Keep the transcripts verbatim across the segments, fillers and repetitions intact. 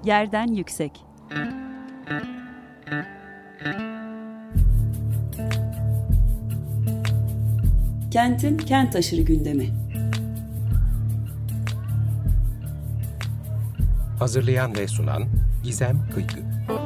Yerden yüksek. Kentin kent aşırı gündemi. Hazırlayan ve sunan Gizem Kıykı.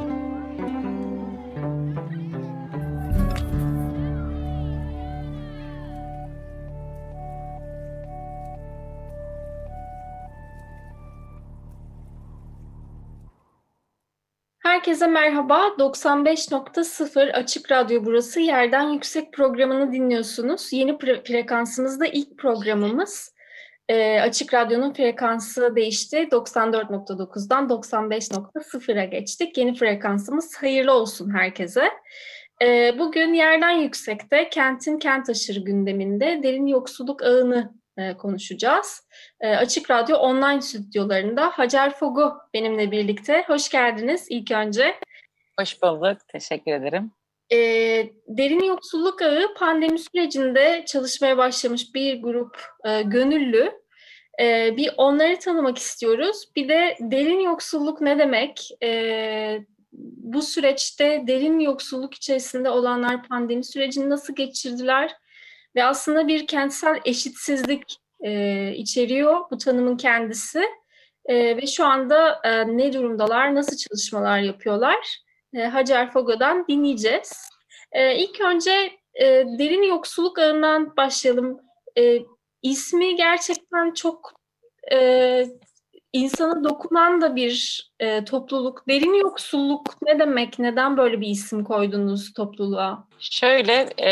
Herkese merhaba. doksan beş nokta sıfır Açık Radyo burası. Yerden Yüksek programını dinliyorsunuz. Yeni pre- frekansımızda ilk programımız. Ee, Açık Radyo'nun frekansı değişti. doksan dört nokta dokuzdan doksan beş nokta sıfıra geçtik. Yeni frekansımız hayırlı olsun herkese. Ee, bugün Yerden Yüksek'te kentin kent aşırı gündeminde derin yoksulluk ağını e, konuşacağız. E, Açık Radyo online stüdyolarında Hacer Fogu benimle birlikte. Hoş geldiniz ilk önce. Hoş bulduk, teşekkür ederim. E, Derin Yoksulluk Ağı pandemi sürecinde çalışmaya başlamış bir grup e, gönüllü. E, bir onları tanımak istiyoruz. Bir de derin yoksulluk ne demek? E, bu süreçte derin yoksulluk içerisinde olanlar pandemi sürecini nasıl geçirdiler? Ve aslında bir kentsel eşitsizlik e, içeriyor bu tanımın kendisi. E, ve şu anda e, ne durumdalar, nasıl çalışmalar yapıyorlar? E, Hacer Fogo'dan dinleyeceğiz. E, ilk önce e, derin yoksulluk ağından başlayalım. E, ismi gerçekten çok e, insana dokunan da bir e, topluluk. Derin yoksulluk ne demek? Neden böyle bir isim koydunuz topluluğa? Şöyle, e,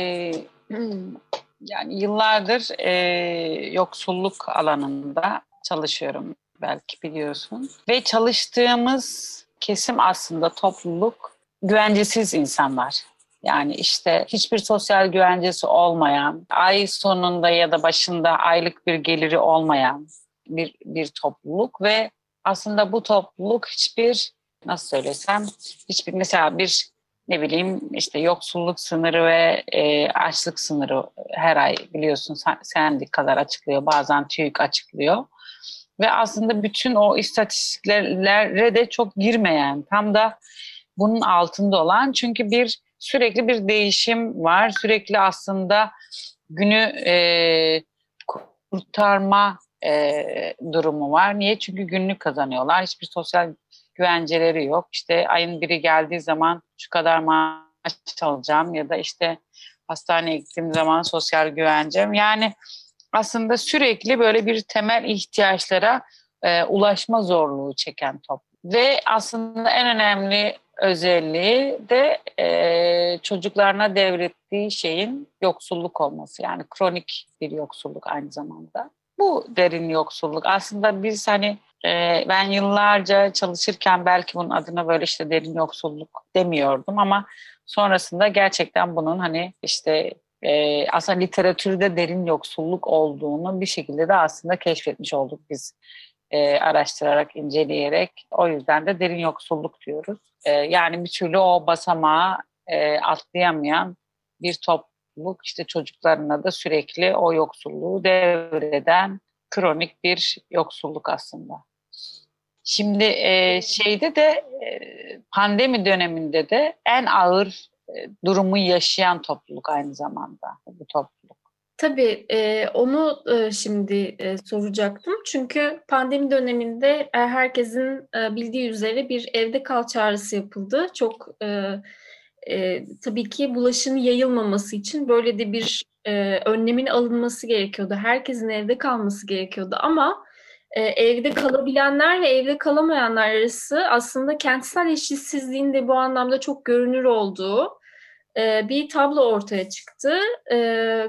yani yıllardır e, yoksulluk alanında çalışıyorum, belki biliyorsun. Ve çalıştığımız kesim aslında topluluk güvencesiz insanlar. Yani işte hiçbir sosyal güvencesi olmayan, ay sonunda ya da başında aylık bir geliri olmayan bir, bir topluluk ve aslında bu topluluk hiçbir, nasıl söylesem, hiçbir mesela bir ne bileyim işte yoksulluk sınırı ve e, açlık sınırı her ay biliyorsun sendikalar açıklıyor, bazen TÜİK açıklıyor. Ve aslında bütün o istatistiklere de çok girmeyen, tam da bunun altında olan, çünkü bir sürekli bir değişim var. Sürekli aslında günü e, kurtarma e, durumu var. Niye? Çünkü günlük kazanıyorlar. Hiçbir sosyal güvenceleri yok. İşte ayın biri geldiği zaman şu kadar maaş alacağım ya da işte hastaneye gittiğim zaman sosyal güvencem. Yani aslında sürekli böyle bir temel ihtiyaçlara e, ulaşma zorluğu çeken toplum. Ve aslında en önemli özelliği de e, çocuklarına devrettiği şeyin yoksulluk olması. Yani kronik bir yoksulluk aynı zamanda. Bu derin yoksulluk. Aslında biz hani e, ben yıllarca çalışırken belki bunun adına böyle işte derin yoksulluk demiyordum ama sonrasında gerçekten bunun hani işte e, aslında literatürde derin yoksulluk olduğunu bir şekilde de aslında keşfetmiş olduk biz. E, araştırarak, inceleyerek. O yüzden de derin yoksulluk diyoruz. E, yani bir türlü o basamağı e, atlayamayan bir topluluk, işte çocuklarına da sürekli o yoksulluğu devreden kronik bir yoksulluk aslında. Şimdi e, şeyde de e, pandemi döneminde de en ağır e, durumu yaşayan topluluk aynı zamanda bu topluluk. Tabii e, onu e, şimdi e, soracaktım. Çünkü pandemi döneminde e, herkesin e, bildiği üzere bir evde kal çağrısı yapıldı. Çok e, e, tabii ki bulaşın yayılmaması için böyle de bir e, önlemin alınması gerekiyordu. Herkesin evde kalması gerekiyordu ama e, evde kalabilenler ve evde kalamayanlar arası aslında kentsel eşitsizliğin de bu anlamda çok görünür olduğu e, bir tablo ortaya çıktı. E,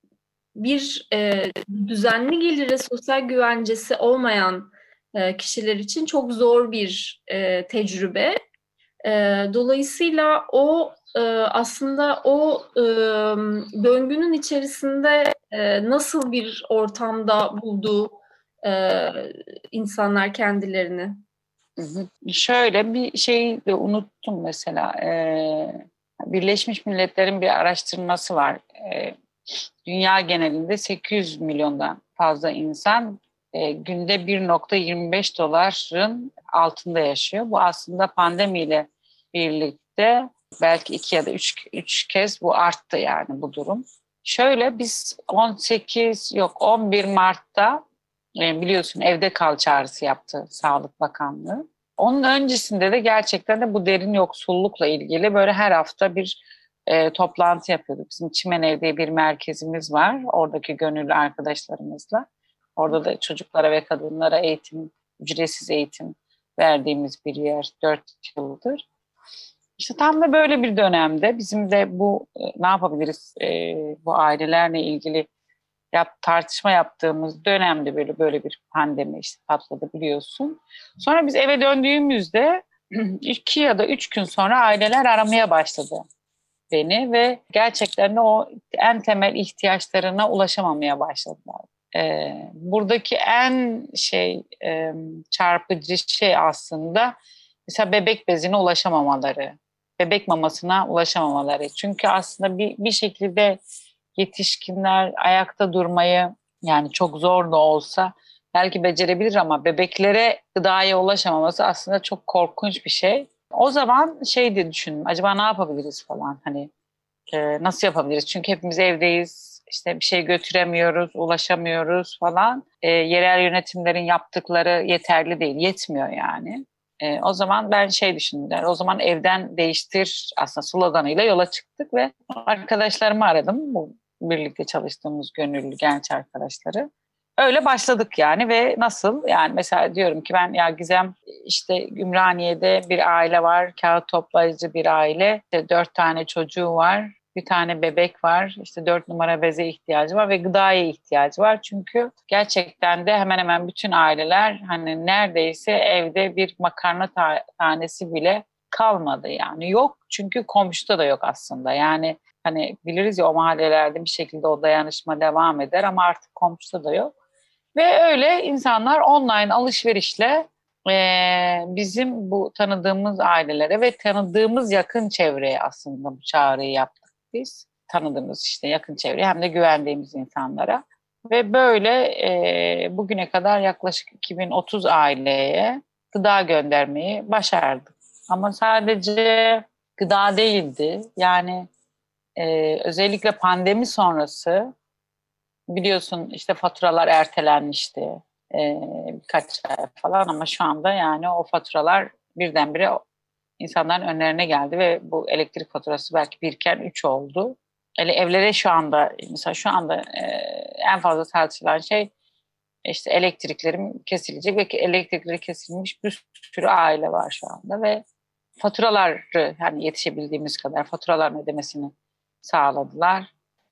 bir e, düzenli gelire sosyal güvencesi olmayan e, kişiler için çok zor bir e, tecrübe. E, dolayısıyla o e, aslında o e, döngünün içerisinde e, nasıl bir ortamda buldu e, insanlar kendilerini? Hı hı. Şöyle bir şeyi de unuttum mesela. Ee, Birleşmiş Milletler'in bir araştırması var. Ee, dünya genelinde sekiz yüz milyondan fazla insan e, günde bir nokta yirmi beş doların altında yaşıyor. Bu aslında pandemiyle birlikte belki iki ya da üç, üç kez bu arttı yani bu durum. Şöyle biz on sekiz yok on bir Mart'ta e, biliyorsun evde kal çağrısı yaptı Sağlık Bakanlığı. Onun öncesinde de gerçekten de bu derin yoksullukla ilgili böyle her hafta bir e, toplantı yapıyorduk. Bizim Çimenev'de bir merkezimiz var. Oradaki gönüllü arkadaşlarımızla. Orada da çocuklara ve kadınlara eğitim, ücretsiz eğitim verdiğimiz bir yer dört yıldır. İşte tam da böyle bir dönemde bizim de bu e, ne yapabiliriz e, bu ailelerle ilgili yap, tartışma yaptığımız dönemde böyle böyle bir pandemi işte patladı biliyorsun. Sonra biz eve döndüğümüzde iki ya da üç gün sonra aileler aramaya başladı beni ve gerçekten de o en temel ihtiyaçlarına ulaşamamaya başladılar. Ee, buradaki en şey e, çarpıcı şey aslında mesela bebek bezine ulaşamamaları, bebek mamasına ulaşamamaları. Çünkü aslında bir, bir şekilde yetişkinler ayakta durmayı yani çok zor da olsa belki becerebilir ama bebeklere gıdaya ulaşamaması aslında çok korkunç bir şey. O zaman şey diye düşündüm, acaba ne yapabiliriz falan hani e, nasıl yapabiliriz? Çünkü hepimiz evdeyiz, işte bir şey götüremiyoruz, ulaşamıyoruz falan. E, yerel yönetimlerin yaptıkları yeterli değil, yetmiyor yani. E, o zaman ben şey düşündüm, o zaman evden değiştir aslında sloganıyla yola çıktık ve arkadaşlarımı aradım, bu birlikte çalıştığımız gönüllü genç arkadaşları. Öyle başladık yani ve nasıl yani mesela diyorum ki ben ya Gizem işte Ümraniye'de bir aile var, kağıt toplayıcı bir aile, işte dört tane çocuğu var, bir tane bebek var, işte dört numara beze ihtiyacı var ve gıdaya ihtiyacı var. Çünkü gerçekten de hemen hemen bütün aileler hani neredeyse evde bir makarna ta- tanesi bile kalmadı yani yok çünkü komşuda da yok aslında yani hani biliriz ya o mahallelerde bir şekilde o dayanışma devam eder ama artık komşuda da yok. Ve öyle insanlar online alışverişle e, bizim bu tanıdığımız ailelere ve tanıdığımız yakın çevreye aslında bu çağrıyı yaptık biz. Tanıdığımız işte yakın çevreye hem de güvendiğimiz insanlara. Ve böyle e, bugüne kadar yaklaşık iki bin otuz aileye gıda göndermeyi başardık. Ama sadece gıda değildi. Yani e, özellikle pandemi sonrası biliyorsun işte faturalar ertelenmişti e, birkaç ay falan ama şu anda yani o faturalar birdenbire insanların önlerine geldi ve bu elektrik faturası belki birken üç oldu. Yani evlere şu anda mesela şu anda e, en fazla tartışılan şey işte elektriklerim kesilecek ve elektrikleri kesilmiş bir sürü aile var şu anda ve faturaları hani yetişebildiğimiz kadar faturaların ödemesini sağladılar.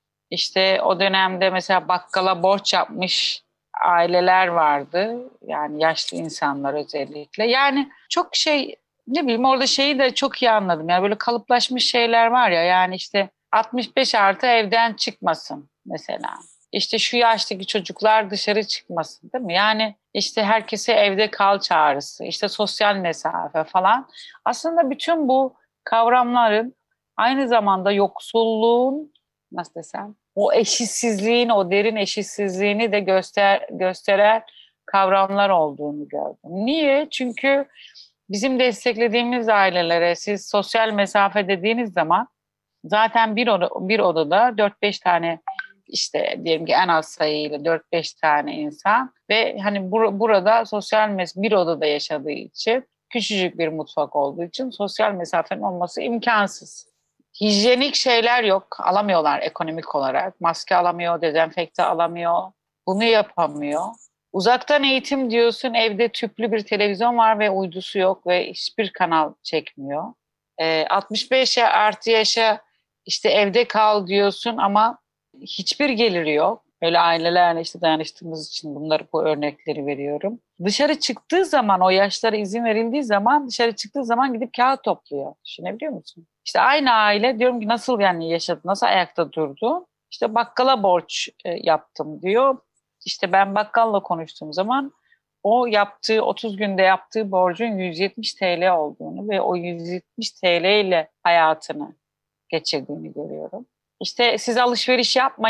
İşte o dönemde mesela bakkala borç yapmış aileler vardı. Yani yaşlı insanlar özellikle. Yani çok şey ne bileyim orada şeyi de çok iyi anladım. Yani böyle kalıplaşmış şeyler var ya yani işte altmış beş artı evden çıkmasın mesela. İşte şu yaştaki çocuklar dışarı çıkmasın değil mi? Yani işte herkese evde kal çağrısı, işte sosyal mesafe falan. Aslında bütün bu kavramların aynı zamanda yoksulluğun nasıl desem o eşitsizliğin, o derin eşitsizliğini de göster gösteren kavramlar olduğunu gördüm. Niye? Çünkü bizim desteklediğimiz ailelere siz sosyal mesafe dediğiniz zaman zaten bir, oda, bir odada dört beş tane işte diyelim ki en az sayıyla dört beş tane insan ve hani bur- burada sosyal mes bir odada yaşadığı için küçücük bir mutfak olduğu için sosyal mesafenin olması imkansız. Hijyenik şeyler yok, alamıyorlar ekonomik olarak. Maske alamıyor, dezenfekte alamıyor, bunu yapamıyor. Uzaktan eğitim diyorsun, evde tüplü bir televizyon var ve uydusu yok ve hiçbir kanal çekmiyor. E, altmış beş artı yaşa işte evde kal diyorsun ama hiçbir geliri yok. Öyle ailelerle işte dayanıştığımız için bunları bu örnekleri veriyorum. Dışarı çıktığı zaman o yaşlara izin verildiği zaman dışarı çıktığı zaman gidip kağıt topluyor. Düşünebiliyor musun? İşte aynı aile diyorum ki nasıl yani yaşadı, nasıl ayakta durdu? İşte bakkala borç e, yaptım diyor. İşte ben bakkalla konuştuğum zaman o yaptığı otuz günde yaptığı borcun yüz yetmiş T L olduğunu ve o yüz yetmiş T L ile hayatını geçirdiğini görüyorum. İşte siz alışveriş yapmayın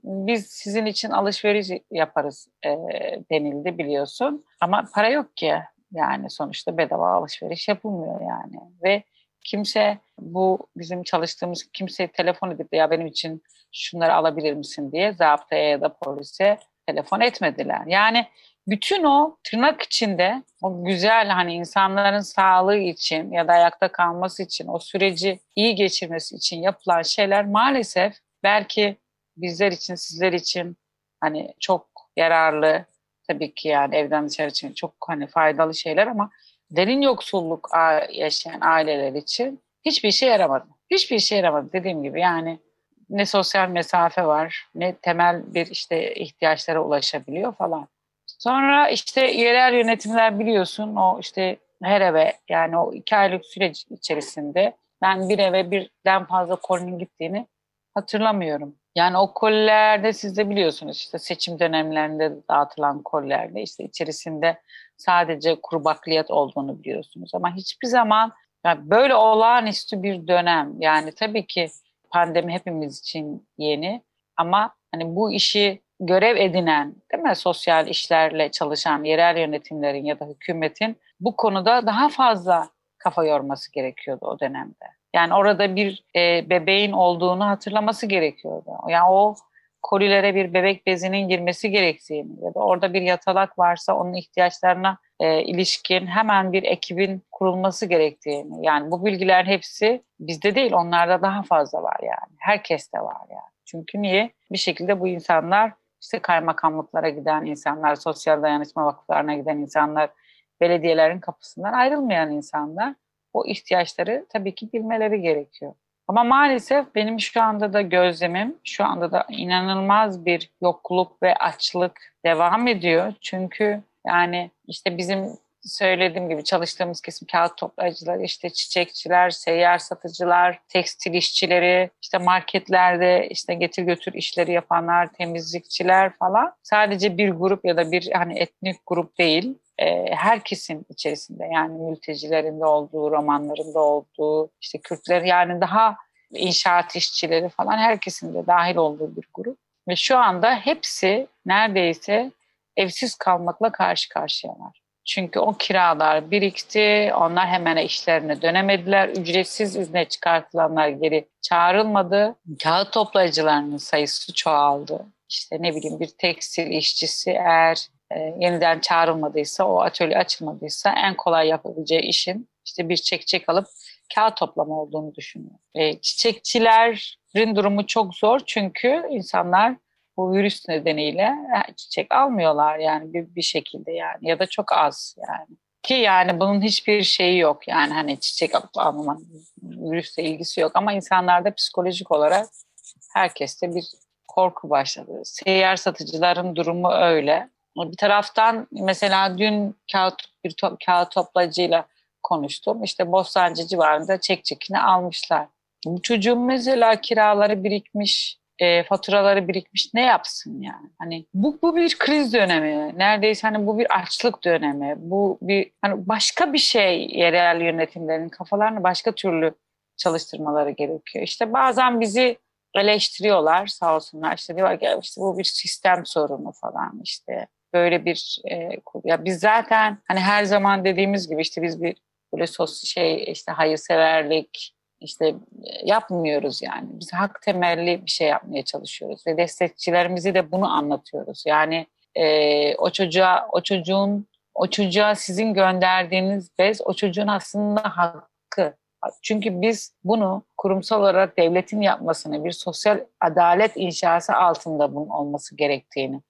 biz sizin için alışveriş yaparız e, denildi biliyorsun. Ama para yok ki. Yani sonuçta bedava alışveriş yapılmıyor yani. Ve kimse bu bizim çalıştığımız kimseye telefon edip de ya benim için şunları alabilir misin diye zabıtaya ya da polise telefon etmediler. Yani bütün o tırnak içinde o güzel hani insanların sağlığı için ya da ayakta kalması için o süreci iyi geçirmesi için yapılan şeyler maalesef belki bizler için sizler için hani çok yararlı tabii ki yani evden dışarı için çok hani faydalı şeyler ama derin yoksulluk yaşayan aileler için hiçbir işe yaramadı. Hiçbir işe yaramadı dediğim gibi yani ne sosyal mesafe var ne temel bir işte ihtiyaçlara ulaşabiliyor falan. Sonra işte yerel yönetimler biliyorsun o işte her eve yani o iki aylık süreç içerisinde ben bir eve birden fazla kolinin gittiğini hatırlamıyorum. Yani o kolilerde siz de biliyorsunuz işte seçim dönemlerinde dağıtılan kolilerde işte içerisinde sadece kuru bakliyat olduğunu biliyorsunuz. Ama hiçbir zaman yani böyle olağanüstü bir dönem yani tabii ki pandemi hepimiz için yeni ama hani bu işi görev edinen değil mi sosyal işlerle çalışan yerel yönetimlerin ya da hükümetin bu konuda daha fazla kafa yorması gerekiyordu o dönemde. Yani orada bir e, bebeğin olduğunu hatırlaması gerekiyordu. Yani o kolilere bir bebek bezinin girmesi gerektiğini ya da orada bir yatalak varsa onun ihtiyaçlarına e, ilişkin hemen bir ekibin kurulması gerektiğini. Yani bu bilgiler hepsi bizde değil onlarda daha fazla var yani. Herkeste var yani. Çünkü niye? Bir şekilde bu insanlar işte kaymakamlıklara giden insanlar, sosyal dayanışma vakıflarına giden insanlar, belediyelerin kapısından ayrılmayan insanlar o ihtiyaçları tabii ki bilmeleri gerekiyor. Ama maalesef benim şu anda da gözlemim, şu anda da inanılmaz bir yokluk ve açlık devam ediyor. Çünkü yani işte bizim söylediğim gibi çalıştığımız kesim kağıt toplayıcılar, işte çiçekçiler, seyyar satıcılar, tekstil işçileri, işte marketlerde işte getir götür işleri yapanlar, temizlikçiler falan. Sadece bir grup ya da bir hani etnik grup değil. Herkesin içerisinde yani mültecilerin de olduğu, romanların da olduğu, işte Kürtler yani daha inşaat işçileri falan herkesin de dahil olduğu bir grup. Ve şu anda hepsi neredeyse evsiz kalmakla karşı karşıyalar. Çünkü o kiralar birikti, onlar hemen işlerine dönemediler. Ücretsiz izne çıkartılanlar geri çağrılmadı. Kağıt toplayıcılarının sayısı çoğaldı. İşte ne bileyim bir tekstil işçisi eğer e, yeniden çağrılmadıysa, o atölye açılmadıysa en kolay yapabileceği işin işte bir çekçek alıp kağıt toplama olduğunu düşünüyor. E, çiçekçilerin durumu çok zor çünkü insanlar bu virüs nedeniyle çiçek almıyorlar yani bir, bir şekilde yani ya da çok az yani. Ki yani bunun hiçbir şeyi yok yani hani çiçek alıp almamanın virüsle ilgisi yok ama insanlarda psikolojik olarak herkeste bir korku başladı. Seyyar satıcıların durumu öyle. Bir taraftan mesela dün kağıt, bir to- kağıt toplayıcıyla konuştum. İşte Bostancı civarında çekçekini almışlar. Bu çocuğun mesela kiraları birikmiş, e, faturaları birikmiş ne yapsın yani? Hani bu, bu bir kriz dönemi. Neredeyse hani bu bir açlık dönemi. Bu bir hani başka bir şey yerel yönetimlerin kafalarını başka türlü çalıştırmaları gerekiyor. İşte bazen bizi eleştiriyorlar sağ olsunlar. İşte diyorlar ki işte bu bir sistem sorunu falan işte. Böyle bir e, ya biz zaten hani her zaman dediğimiz gibi işte biz bir böyle sos şey işte hayırseverlik işte yapmıyoruz yani. Biz hak temelli bir şey yapmaya çalışıyoruz ve destekçilerimizi de bunu anlatıyoruz. Yani e, o çocuğa o çocuğun o çocuğa sizin gönderdiğiniz bez o çocuğun aslında hakkı. Çünkü biz bunu kurumsal olarak devletin yapmasını bir sosyal adalet inşası altında bunun olması gerektiğini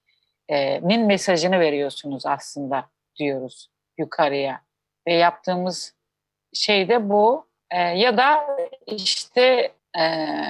nin mesajını veriyorsunuz aslında diyoruz yukarıya ve yaptığımız şey de bu e, ya da işte e,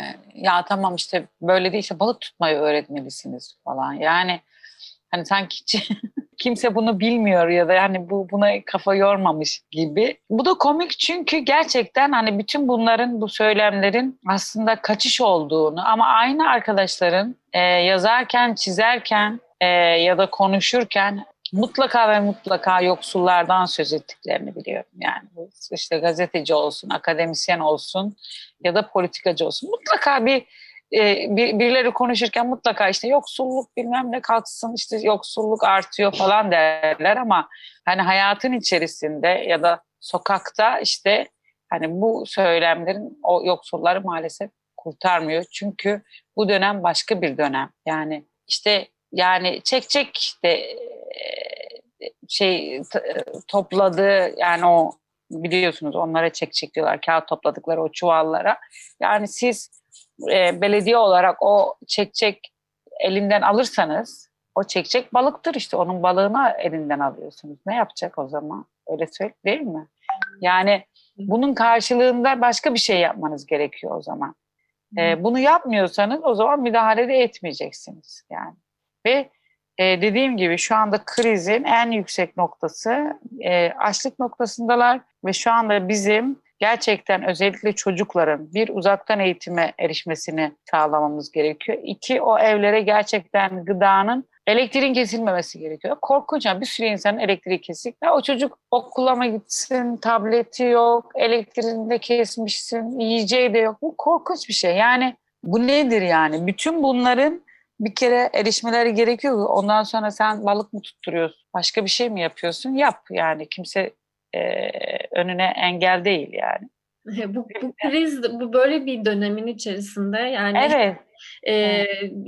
ya tamam işte böyle değil işte balık tutmayı öğretmelisiniz falan yani hani sanki kimse bunu bilmiyor ya da yani bu buna kafa yormamış gibi. Bu da komik çünkü gerçekten hani bütün bunların bu söylemlerin aslında kaçış olduğunu ama aynı arkadaşların e, yazarken çizerken Ee, ya da konuşurken mutlaka ve mutlaka yoksullardan söz ettiklerini biliyorum. Yani işte gazeteci olsun, akademisyen olsun ya da politikacı olsun. Mutlaka bir e, bir, birileri konuşurken mutlaka işte yoksulluk bilmem ne kalksın, işte yoksulluk artıyor falan derler ama hani hayatın içerisinde ya da sokakta işte hani bu söylemlerin o yoksulları maalesef kurtarmıyor. Çünkü bu dönem başka bir dönem. Yani işte yani çekçek de e, şey t- topladığı yani o biliyorsunuz onlara çekçek diyorlar, kağıt topladıkları o çuvallara. Yani siz e, belediye olarak o çekçek elinden alırsanız o çekçek balıktır işte. Onun balığını elinden alıyorsunuz. Ne yapacak o zaman? Öyle söyle değil mi? Yani bunun karşılığında başka bir şey yapmanız gerekiyor o zaman. E, bunu yapmıyorsanız o zaman müdahale de etmeyeceksiniz yani. Ve e, dediğim gibi şu anda krizin en yüksek noktası e, açlık noktasındalar ve şu anda bizim gerçekten özellikle çocukların bir uzaktan eğitime erişmesini sağlamamız gerekiyor. İki, o evlere gerçekten gıdanın, elektriğin kesilmemesi gerekiyor. Korkunç yani bir sürü insanın elektriği kesik. Ya o çocuk okula mı gitsin, tableti yok, elektriğini de kesmişsin, yiyeceği de yok. Bu korkunç bir şey. Yani bu nedir yani? Bütün bunların bir kere erişmeleri gerekiyor. Ondan sonra sen balık mı tutturuyorsun? Başka bir şey mi yapıyorsun? Yap yani. Kimse e, önüne engel değil yani. Bu, bu kriz, bu böyle bir dönemin içerisinde yani Evet. e,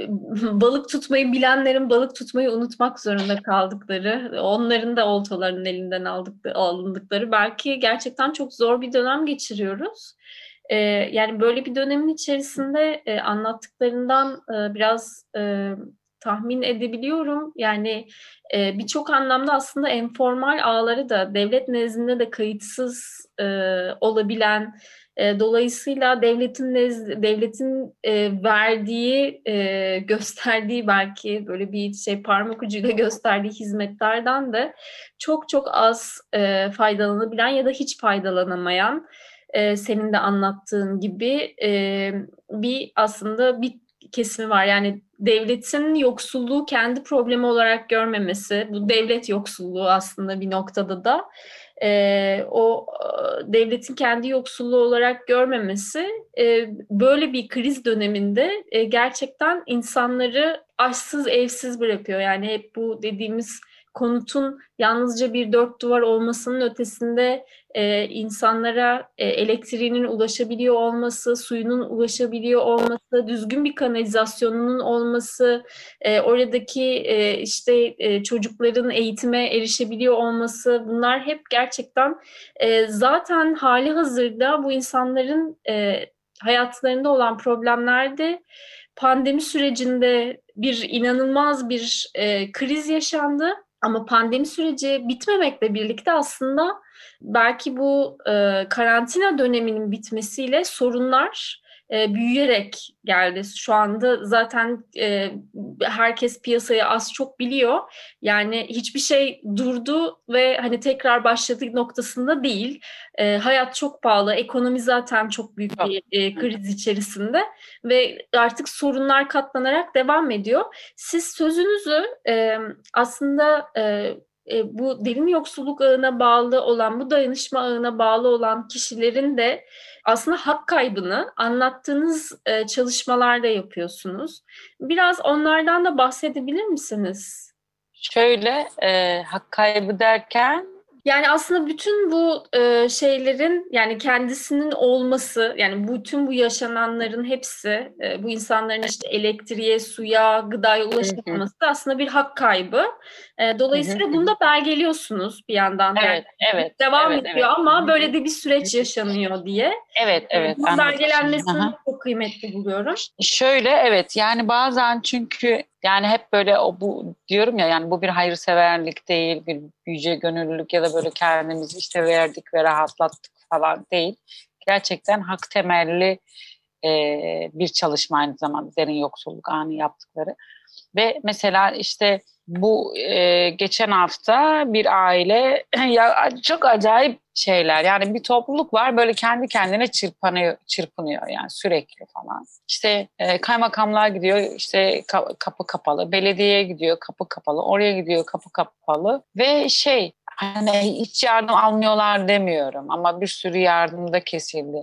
balık tutmayı bilenlerin balık tutmayı unutmak zorunda kaldıkları, onların da oltalarının elinden aldık, alındıkları belki gerçekten çok zor bir dönem geçiriyoruz. E, yani böyle bir dönemin içerisinde e, anlattıklarından e, biraz e, tahmin edebiliyorum. Yani e, birçok anlamda aslında informal ağları da devlet nezdinde de kayıtsız e, olabilen, e, dolayısıyla devletin nez, devletin e, verdiği, e, gösterdiği belki böyle bir şey parmak ucuyla gösterdiği hizmetlerden de çok çok az e, faydalanabilen ya da hiç faydalanamayan, e, senin de anlattığın gibi e, bir aslında bir kesimi var. Yani devletin yoksulluğu kendi problemi olarak görmemesi, bu devlet yoksulluğu aslında bir noktada da e, o e, devletin kendi yoksulluğu olarak görmemesi e, böyle bir kriz döneminde e, gerçekten insanları açsız evsiz bırakıyor. Yani hep bu dediğimiz konutun yalnızca bir dört duvar olmasının ötesinde e, insanlara e, elektriğinin ulaşabiliyor olması, suyunun ulaşabiliyor olması, düzgün bir kanalizasyonunun olması, e, oradaki e, işte e, çocukların eğitime erişebiliyor olması, bunlar hep gerçekten e, zaten hali hazırda bu insanların e, hayatlarında olan problemlerde pandemi sürecinde bir inanılmaz bir e, kriz yaşandı. Ama pandemi süreci bitmemekle birlikte aslında belki bu e, karantina döneminin bitmesiyle sorunlar e, büyüyerek geldi. Şu anda zaten e, herkes piyasayı az çok biliyor. Yani hiçbir şey durdu ve hani tekrar başladığı noktasında değil. E, hayat çok pahalı, ekonomi zaten çok büyük bir e, kriz içerisinde ve artık sorunlar katlanarak devam ediyor. Siz sözünüzü e, aslında e, e, bu derin yoksulluk ağına bağlı olan, bu dayanışma ağına bağlı olan kişilerin de aslında hak kaybını anlattığınız e, çalışmalarda yapıyorsunuz. Biraz onlardan da bahsedebilir misiniz? Şöyle e, hak kaybı derken Yani aslında bütün bu e, şeylerin yani kendisinin olması, yani bütün bu yaşananların hepsi, e, bu insanların işte elektriğe, suya, gıdaya ulaşamaması da aslında bir hak kaybı. E, dolayısıyla bunu da belgeliyorsunuz bir yandan. Yani evet evet devam evet ediyor evet. ama böyle de bir süreç yaşanıyor diye. Evet evet Bunun anladım. belgelenmesini Aha. çok kıymetli buluyorum. Şöyle evet yani bazen çünkü yani hep böyle o bu diyorum ya yani bu bir hayırseverlik değil, bir yüce gönüllülük ya da böyle kendimizi işte verdik ve rahatlattık falan değil. Gerçekten hak temelli e, bir çalışma aynı zamanda derin yoksulluk anı yaptıkları. Ve mesela işte bu e, geçen hafta bir aile ya çok acayip şeyler yani bir topluluk var böyle kendi kendine çırpınıyor, çırpınıyor yani sürekli falan. İşte e, kaymakamlar gidiyor işte ka- kapı kapalı, belediyeye gidiyor kapı kapalı, oraya gidiyor kapı kapalı ve şey hani hiç yardım almıyorlar demiyorum ama bir sürü yardım da kesildi.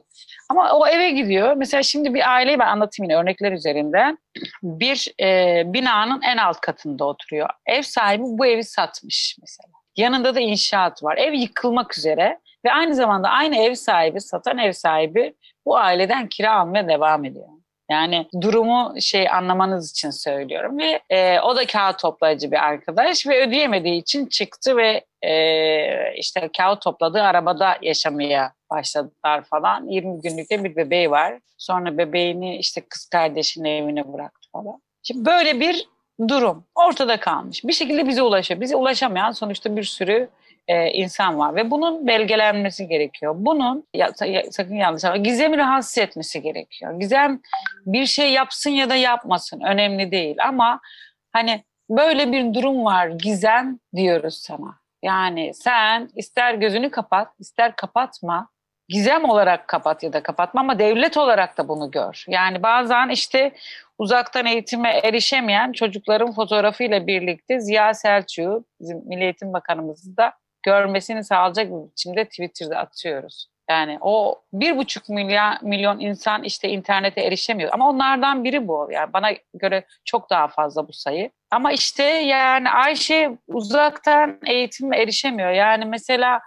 Ama o eve gidiyor. Mesela şimdi bir aileyi ben anlatayım yine örnekler üzerinden. Bir e, binanın en alt katında oturuyor. Ev sahibi bu evi satmış mesela. Yanında da inşaat var. Ev yıkılmak üzere ve aynı zamanda aynı ev sahibi, satan ev sahibi bu aileden kira almaya devam ediyor. Yani durumu şey anlamanız için söylüyorum ve e, o da kağıt toplayıcı bir arkadaş ve ödeyemediği için çıktı ve e, işte kağıt topladığı arabada yaşamaya başladılar falan. yirmi günlükte bir bebeği var. Sonra bebeğini işte kız kardeşinin evine bıraktı falan. Şimdi böyle bir durum ortada kalmış. Bir şekilde bize ulaşıyor. Bize ulaşamayan sonuçta bir sürü e, insan var ve bunun belgelenmesi gerekiyor. Bunun ya, sakın yanlış anlamayın, Gizem'i rahatsız etmesi gerekiyor. Gizem bir şey yapsın ya da yapmasın önemli değil ama hani böyle bir durum var Gizem diyoruz sana. Yani sen ister gözünü kapat, ister kapatma. Gizem olarak kapat ya da kapatma ama devlet olarak da bunu gör. Yani bazen işte uzaktan eğitime erişemeyen çocukların fotoğrafıyla birlikte Ziya Selçuk'u, bizim Milli Eğitim Bakanımızı da görmesini sağlayacak bir biçimde Twitter'da atıyoruz. Yani o bir buçuk milyon, milyon insan işte internete erişemiyor. Ama onlardan biri bu. Yani bana göre çok daha fazla bu sayı. Ama işte yani Ayşe uzaktan eğitime erişemiyor. Yani mesela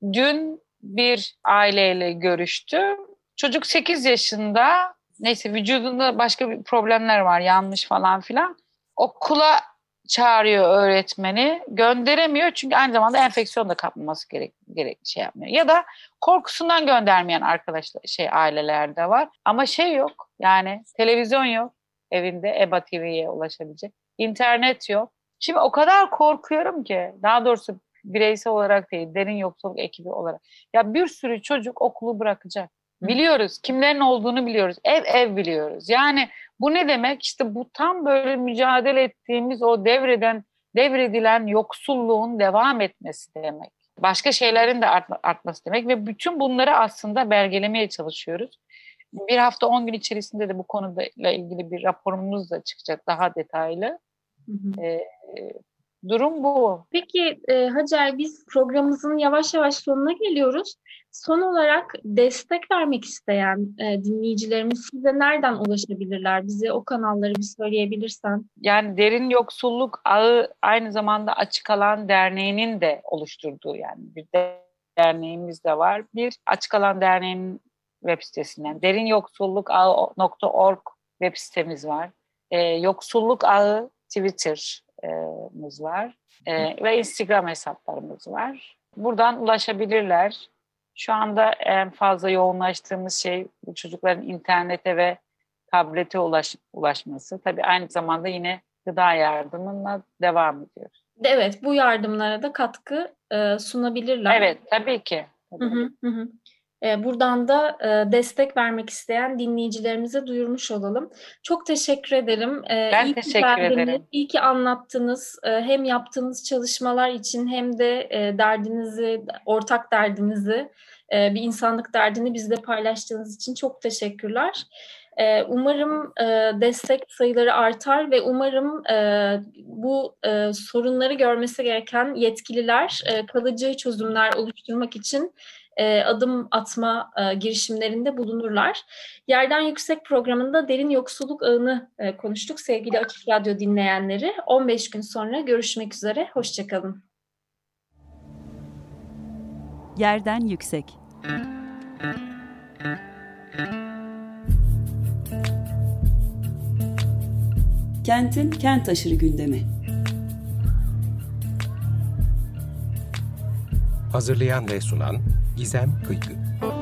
dün bir aileyle görüştüm. Çocuk sekiz yaşında, neyse vücudunda başka bir problemler var, yanmış falan filan. Okula çağırıyor öğretmeni, gönderemiyor çünkü aynı zamanda enfeksiyon da kapmaması gerek, gerek şey yapmıyor. Ya da korkusundan göndermeyen arkadaşlar şey ailelerde var. Ama şey yok, yani televizyon yok evinde, EBA T V'ye ulaşabilecek. İnternet yok. Şimdi o kadar korkuyorum ki, daha doğrusu bireysel olarak değil, derin yoksulluk ekibi olarak. Ya bir sürü çocuk okulu bırakacak. Biliyoruz, kimlerin olduğunu biliyoruz. Ev ev biliyoruz. Yani bu ne demek? İşte bu tam böyle mücadele ettiğimiz o devreden, devredilen yoksulluğun devam etmesi demek. Başka şeylerin de artma, artması demek ve bütün bunları aslında belgelemeye çalışıyoruz. Bir hafta on gün içerisinde de bu konuyla ilgili bir raporumuz da çıkacak, daha detaylı. Hı hı. Ee, Durum bu. Peki e, Hacer, biz programımızın yavaş yavaş sonuna geliyoruz. Son olarak destek vermek isteyen e, dinleyicilerimiz size nereden ulaşabilirler? Bize o kanalları bir söyleyebilirsen. Yani Derin Yoksulluk Ağı aynı zamanda Açık Alan Derneği'nin de oluşturduğu, yani bir de derneğimiz de var. Bir Açık Alan Derneği'nin web sitesinden derin yoksulluk ağı nokta org web sitemiz var. E, Yoksulluk Ağı Twitter mız var ee, ve Instagram hesaplarımız var. Buradan ulaşabilirler. Şu anda en fazla yoğunlaştığımız şey bu çocukların internete ve tablete ulaş, ulaşması. Tabii aynı zamanda yine gıda yardımına devam ediyoruz. Evet, bu yardımlara da katkı e, sunabilirler. Evet, tabii ki. Tabii. Hı hı, hı. Buradan da destek vermek isteyen dinleyicilerimize duyurmuş olalım. Çok teşekkür ederim. Ben iyi teşekkür geldiniz, ederim. İyi ki anlattınız. Hem yaptığınız çalışmalar için hem de derdinizi, ortak derdinizi, bir insanlık derdini bizle paylaştığınız için çok teşekkürler. Umarım destek sayıları artar ve umarım bu sorunları görmesi gereken yetkililer kalıcı çözümler oluşturmak için adım atma girişimlerinde bulunurlar. Yerden Yüksek programında derin yoksulluk ağını konuştuk sevgili Açık Radyo dinleyenleri. on beş gün sonra görüşmek üzere. Hoşça kalın. Yerden Yüksek. Kentin kent aşırı gündemi. Hazırlayan ve sunan Gizem Kıykı.